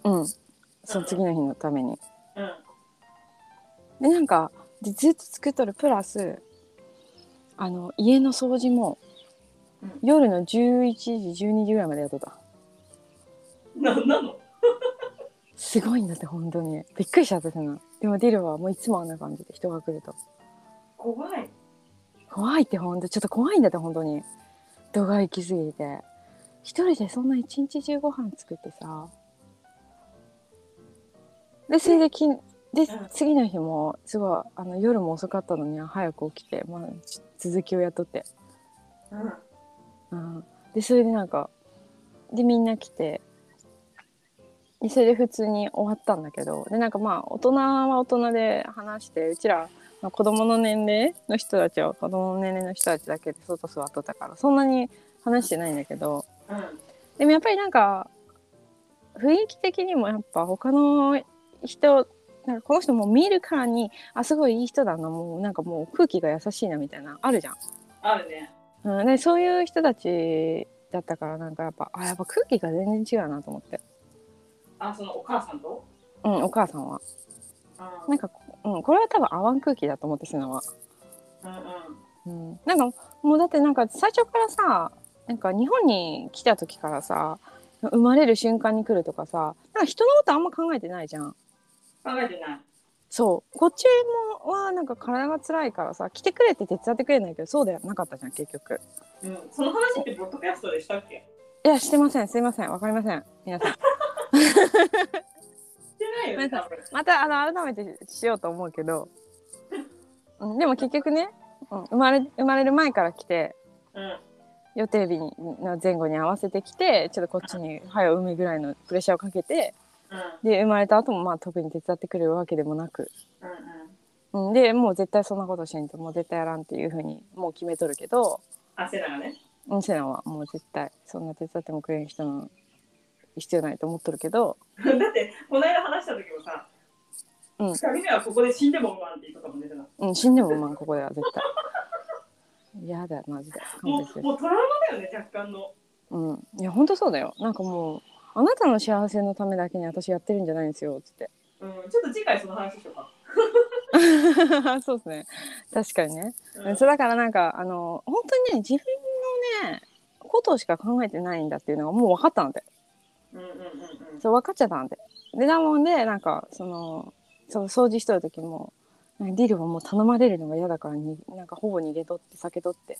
うん、その次の日のために、うん、でなんかでずっと作っとるプラスあの家の掃除も、うん、夜のじゅういちじじゅうにじぐらいまでやっとった。 なんなのすごいんだって本当にびっくりしちゃったじゃない。でもディルはもういつもあんな感じで人が来ると怖い怖いって本当ちょっと怖いんだって本当に度が行き過ぎて一人でそんな一日中ご飯作ってさ、でそれできで次の日もすごいあの夜も遅かったのに早く起きて、まあ、続きをやっとって、うんうん、でそれでなんかでみんな来てでそれで普通に終わったんだけど、でなんかまあ大人は大人で話して、うちら、まあ、子供の年齢の人たちは子供の年齢の人たちだけで外座っとったからそんなに話してないんだけど、うん、でもやっぱりなんか雰囲気的にもやっぱ他の人なんかこの人も見るからにあすごいいい人だなもうなんかもう空気が優しいなみたいなあるじゃん。 あるね。 うん、でそういう人たちだったからなんかやっぱあやっぱ空気が全然違うなと思って。 あそのお母さんと？ うんお母さんは。 うん、 なんか、うん、これは多分合わん空気だと思ってするのは。うんうんうん、なんかもうだってなんか最初からさなんか日本に来た時からさ生まれる瞬間に来るとかさなんか人のことあんま考えてないじゃん。 考えてない。 そうこっちもはなんか体が辛いからさ来てくれって手伝ってくれないけどそうではなかったじゃん結局。 うん、その話ってポッドキャストでしたっけ？ いやしてませんすいませんわかりません皆さん。 してないよね多分。 またあの改めてしようと思うけど、うん、でも結局ね、うん、生まれ生まれる前から来て、 うん、 予定日の前後に合わせてきてちょっとこっちに早う産むぐらいのプレッシャーをかけて、うん、で生まれた後もまあ特に手伝ってくれるわけでもなく、うんうん、でもう絶対そんなことしんともう絶対やらんっていうふうにもう決めとるけど、 あセナがね、 うん、セナはもう絶対そんな手伝ってもくれる人の必要ないと思っとるけどだってこの間話した時もさ、うん、ふたりめはここで死んでも産まんって言ったかもね。 うん死んでも産まんここでは絶対嫌だマジでもう、もうトラウマだよね若干の。 うんいや本当そうだよ。なんかもうあなたの幸せのためだけに私やってるんじゃないんですよつって、 うん、ちょっと次回その話しようか。 そうですね確かにね、うん、そうだからなんかあの本当にね自分のねことしか考えてないんだっていうのがもう分かったので、うんうんうんうん、そう分かっちゃったのででなもんでなんかそのそう掃除しとる時もディルはもう頼まれるのが嫌だからになんかほぼ逃げとって避けとって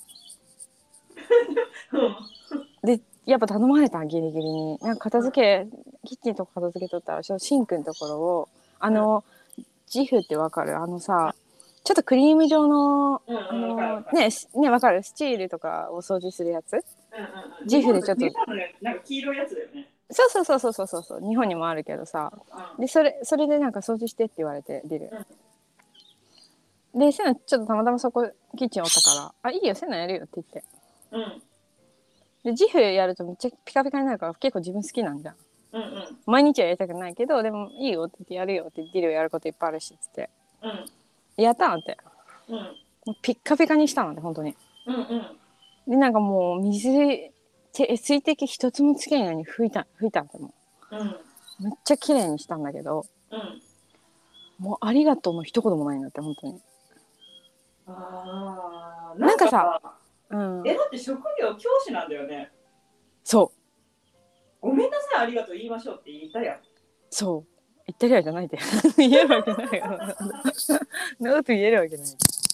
でやっぱ頼まれたギリギリになんか片付けキッチンとか片付けとったらシンクのところをあの、うん、ジフってわかるあのさちょっとクリーム状の、うん、あのねねわかるスチールとかを掃除するやつ、うんうんうん、ジフでちょっとなんか黄色いやつだよね。 そうそうそうそうそうそう日本にもあるけどさ、うん、でそれそれでなんか掃除してって言われて出る、うん、でセナちょっとたまたまそこキッチンおったからあいいよセナやるよって言って、うんでジフやるとめっちゃピカピカになるから結構自分好きなんじゃん、うんうん、毎日はやりたくないけどでもいいよって言ってやるよってディルやることいっぱいあるしっつって、うん、やったんって、うん、もうピッカピカにしたんで本当に、うんうん、でなんかもう水水滴一つもつけないように拭いた拭いたんでも、うん、めっちゃ綺麗にしたんだけど、うん、もうありがとうの一言もないんだって本当に。 あなんかさうん、 えだって職業教師なんだよね。 そうごめんなさいありがとう言いましょうって言ったやん。 そう言ってるやじゃないで言えるわけないよなこと言えるわけない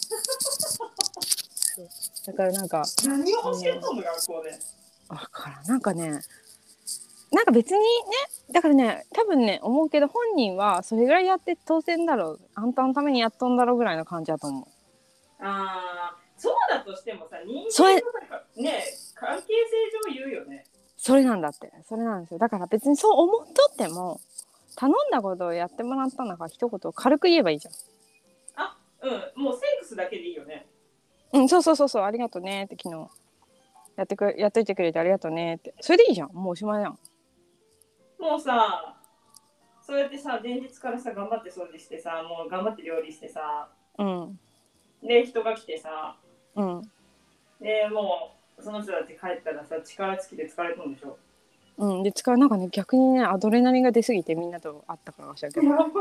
だからなんか何を教えとんの学校で。 だからなんかねなんか別にねだからね多分ね思うけど本人はそれぐらいやって当然だろうあんたのためにやっとんだろうぐらいの感じだと思う。 あーそうだとしてもさ人間のなんかね関係性上言うよね。 それなんだってそれなんですよ。だから別にそう思っとっても頼んだことをやってもらったんだから一言軽く言えばいいじゃん。 あうんもうセンクスだけでいいよね。 うんそうそうそうそうありがとうねって昨日やってくやっといてくれてありがとうねってそれでいいじゃんもうおしまいじゃん。 もうさそうやってさ前日からさ頑張って掃除してさもう頑張って料理してさ、うん、で人が来てさ、うん、でもうその人たち帰ったらさ力尽きて疲れとんでしょ。 うんで使うなんかね逆にねアドレナリンが出すぎてみんなと会ったからしらけど。やばい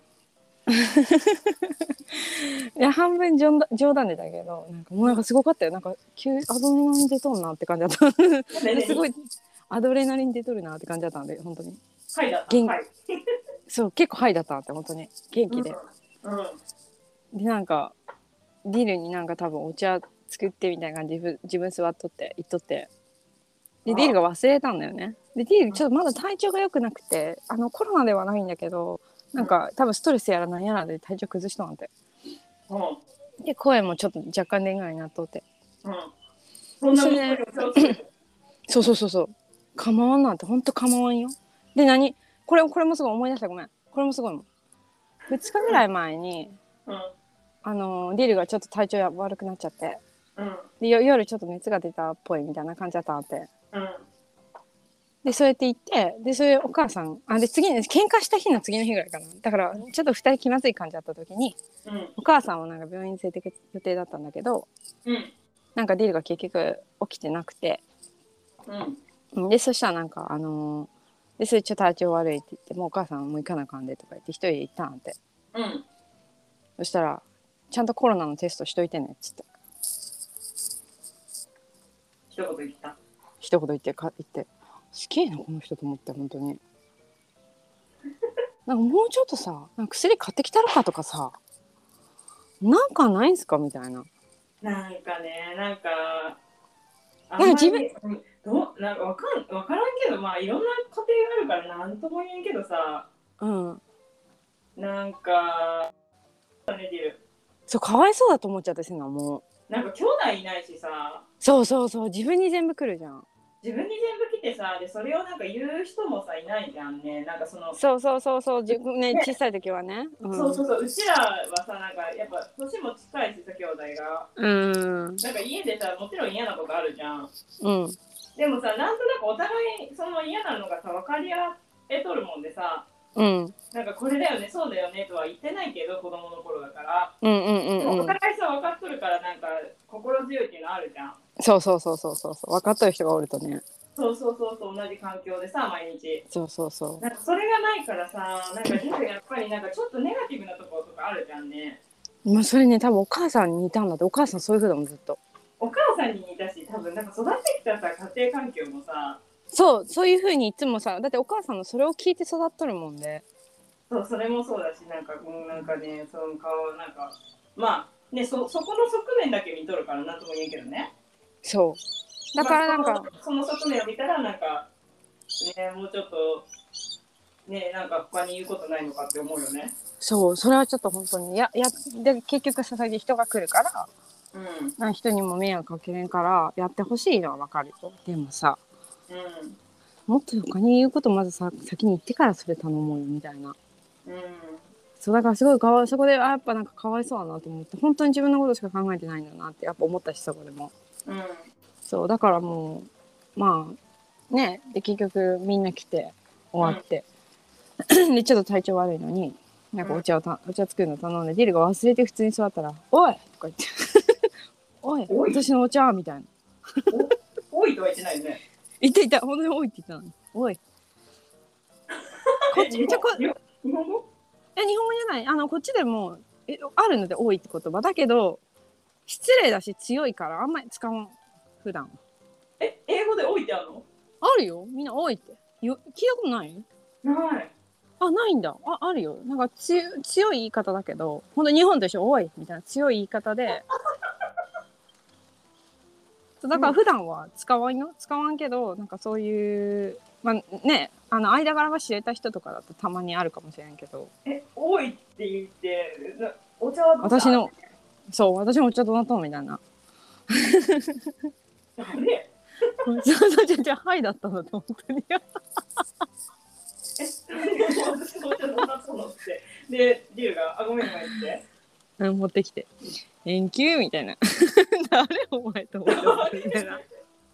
いや半分冗談冗談でだけどなんかもうなんかすごかったよなんか急アドレナリン出とんなって感じだったすごいアドレナリン出とるなって感じだったんで本当にはいだったはいそう結構ハイだったって本当に元気で、うんうん、でなんかディルになんか多分お茶作ってみたいな感じで自分座っとって言っとってでディルが忘れたんだよね。でディルちょっとまだ体調が良くなくてあのコロナではないんだけどなんか多分ストレスやらなんやらで体調崩しとなんて、うん、で声もちょっと若干でんぐらいになっとって、うん、そんなそれでそうそうそうそう構わんなんてほんと構わんよ。で何これこれもすごい思い出したごめんこれもすごいもんふつかぐらい前に、うん、あのディルがちょっと体調悪くなっちゃって、うん、で夜ちょっと熱が出たっぽいみたいな感じだったんって、うん、 でそうやって言ってでそれお母さんあで次に喧嘩した日の次の日ぐらいかなだからちょっとふたり気まずい感じだった時に、うん、お母さんをなんか病院に連れてく予定だったんだけど、うん、なんかディルが結局起きてなくて、うん、でそしたらなんかあのー、でそれちょっと体調悪いって言ってもうお母さんもう行かなあかんでとか言って一人で行ったんって、うん、そしたらちゃんとコロナのテストしといてねっつって一言言った一言言ってか言ってすげえなこの人と思って本当になんかもうちょっとさなんか薬買ってきたのかとかさなんかないんすかみたいななんかねなんかあんまり自分どなんかわかんわからんけどまあいろんな家庭があるからなんとも言えんけどさうんなんかねディルそうかわいそうだと思っちゃってすんのもうなんか兄弟いないしさそうそうそう自分に全部来るじゃん自分に全部来てさでそれをなんか言う人もさいないじゃんねなんかそのそうそうそうそう自分ね小さい時はね、 うん、そうそうそううちらはさなんかやっぱ年も近いしさ兄弟がうんなんか家でさもちろん嫌なことあるじゃんうんでもさなんとなくお互いその嫌なのがさ分かり合えとるもんでさうん、なんかこれだよねそうだよねとは言ってないけど子供の頃だから、うんうんうんうん、でもお互いさ分かっとるからなんか心強いっていうのあるじゃんそうそうそうそうそう分かっとる人がおるとねそうそうそうそう同じ環境でさ毎日そうそうそうなんかそれがないからさなんかやっぱりなんかちょっとネガティブなところとかあるじゃんねまあそれね多分お母さんに似たんだってお母さんそういう風だもんずっとお母さんに似たし多分なんか育ってきたさ家庭環境もさそうそういう風にいつもさだってお母さんのそれを聞いて育っとるもんでそうそれもそうだしなんかうんなんかねその顔なんかまあねそそこの側面だけ見とるからなんとも言えんけどねそうだからなんか、まあ、 そのその側面を見たらなんかねもうちょっとねなんか他に言うことないのかって思うよねそうそれはちょっと本当にややで結局ささで人が来るからうん、人にも迷惑かけれんからやってほしいのは分かるよでもさ、うん、もっと他に言うことまずさ先に言ってからそれ頼もうよみたいな、うん、そうだからすごいかわそこであやっぱなんかかわいそうだなと思って本当に自分のことしか考えてないんだなってやっぱ思ったしそこでも、うん、そうだからもうまあねで結局みんな来て終わって、うん、でちょっと体調悪いのになんかお茶をた、うん、お茶作るの頼んでディルが忘れて普通に座ったら「おい!」とか言っておい、おい私のお茶みたいな。 おいとは言ってないよね。 言っていた、本当においって言ったの。おい。こっち、じゃこ、日本語？え、日本語じゃない。あの、こっちでも、え、あるので、おいって言葉だけど。失礼だし、強いから、あんまり使わん。普段。 え、英語でおいってあるの？ あるよ。みんなおいって。よ、聞いたことない？ ない。 あ、ないんだ。あ、あるよ。なんか、つ、強い言い方だけど、本当日本と一緒、おいみたいな強い言い方で。だから普段は使わんよ、使わんけどなんかそういうまあねあの間柄が知れた人とかだとたまにあるかもしれんけどえおいって言ってお茶はどうした私のそう私のお茶どうなったのみたいな誰そうそうじゃじゃはいだったんだと思ってねえ私のお茶どうなったのってでリュウがあごめんごめんってうん持ってきて連休みたいな誰お前と思ってみたいな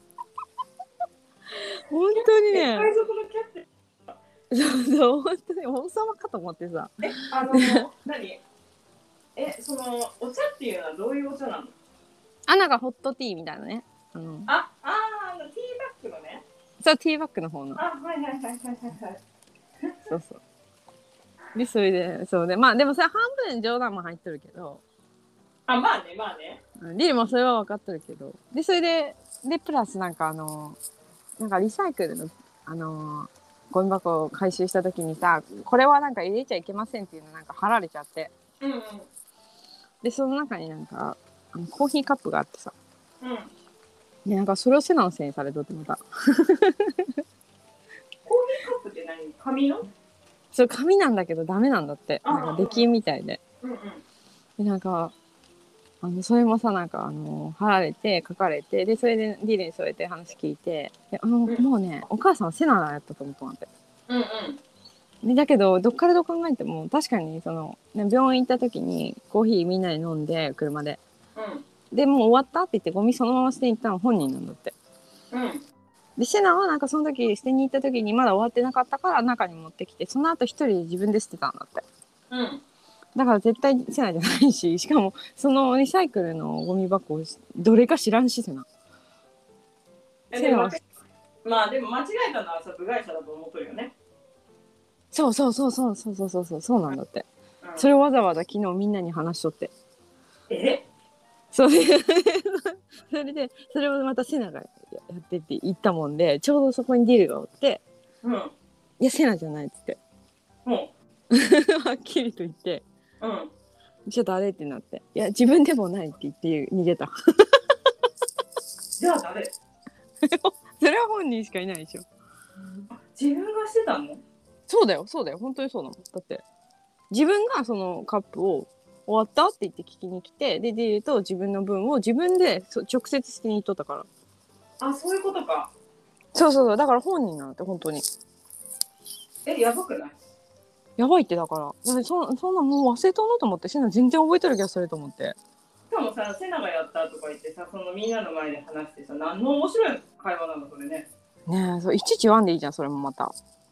本当にね海賊のキャッテそうそう本当に王様かと思ってさえあの何えそのお茶っていうのはどういうお茶なのあなんかホットティーみたいなねあのあああのティーバッグのねそうティーバッグの方のあはいはいはいはいはいはいそうそうでそれでそうでまあでもさ半分冗談も入ってるけどあまあねまあねリルもそれは分かってるけどでそれででプラスなんかあのなんかリサイクルのあのゴミ箱を回収した時にさこれはなんか入れちゃいけませんっていうのなんか貼られちゃって、うんうん、でその中になんかあのコーヒーカップがあってさ、うん、でなんかそれをセナのせいにされとってまたコーヒーカップって何紙のそれ紙なんだけどダメなんだってなんか出禁みたいで、うんうん、でなんかあのそれもさなんかあの貼られて書かれてでそれでディルにそうやって話聞いてであの、うん、もうねお母さんはセナやったと思ったんだって、うんうん、でだけどどっからどう考えても確かにその、ね、病院行った時にコーヒーみんなで飲んで車で、うん、でもう終わったって言ってゴミそのまま捨てに行ったの本人なんだって、うん、 でセナはなんかその時捨てに行った時にまだ終わってなかったから中に持ってきて、その後一人で自分で捨てたんだって。 うん。 だから絶対セナじゃないし、しかもそのリサイクルのゴミ箱どれか知らんしセナ。 セナはまあでも間違えたのはさ部外者だと思ってるよね。 そうそうそうそうそうそうそうそうそうなんだって、うん、それをわざわざ昨日みんなに話しとって。 えそうそれでそれをまたセナがやってって言ったもんで、ちょうどそこにディルがおって、うん、いやセナじゃないっつって、うん、はっきりと言って、うん、じゃあ誰ってなって、いや自分でもないって言って逃げた。 じゃあ誰？ それは本人しかいないでしょ。 自分がしてたの？ そうだよそうだよ本当にそうなの。だって自分がそのカップを終わったって言って聞きに来て、でディルと自分の分を自分で直接捨てに行っとったから。 あ、そういうことか。 そうそうそう、だから本人なんて本当に。 え、やばくない？ やばいって。だからだそそんなもう忘れとんのと思って、セナ全然覚えてる気がすると思って。 しかもさ、セナがやったとか言ってさ、そのみんなの前で話してさ、何の面白い会話なのそれね。 ねえ、そういちいち言わんでいいじゃんそれもまた。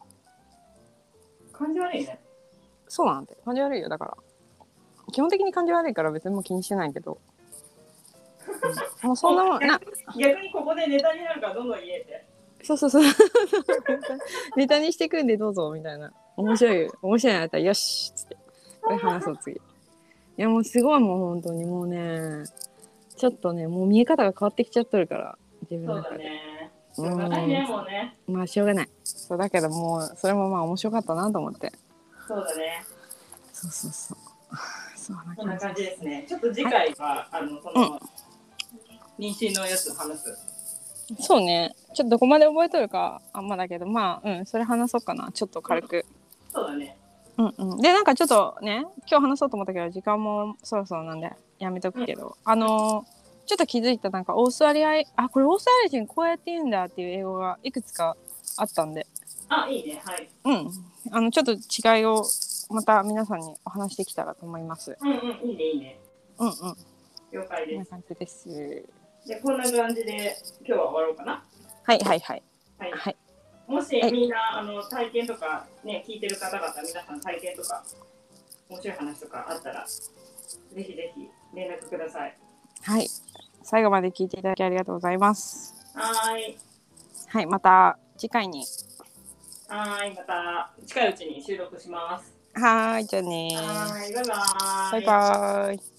感じ悪いね。 そうなんて感じ悪いよ。だから基本的に感じ悪いから別にもう気にしてないけど、うん、もうそんなもんな。 逆にここでネタになるからどんどん言えて。 そうそうそうネタにしてくんでどうぞみたいな。面白い面白いのやったらよしっつってこれ話そう次。いやもうすごいもう本当にもうね、ちょっとねもう見え方が変わってきちゃっとるから自分の中で。 そうだね。しょうがないね、もうね。 まあしょうがない。そうだけどもうそれもまあ面白かったなと思って。 そうだね。 そうそうそう。 そんな感じですね。ちょっと次回は、はい、あのその、うん、妊娠のやつ話す。そうね。ちょっとどこまで覚えとるかあんまだけど、まあうんそれ話そうかな。ちょっと軽く。うん、そうだね。うんうん。でなんかちょっとね今日話そうと思ったけど時間もそろそろなんでやめとくけど、うん、あのー、ちょっと気づいたなんかオーストラリアあこれオーストラリア人こうやって言うんだっていう英語がいくつかあったんで。あいいねはい。うんあのちょっと違いをまた皆さんにお話できたらと思います。うんうんいいねいいね。うんうん。了解です。こんな感じです。でこんな感じで今日は終わろうかな。はいはいはい。はい。はい、もしみんなあの体験とかね聞いてる方々皆さん体験とか面白い話とかあったらぜひぜひ連絡ください。はい。最後まで聞いていただきありがとうございます。はい。はい、また次回に。はい、また近いうちに収録します。はい、じゃあね。はい、バイバイ。バイバイ。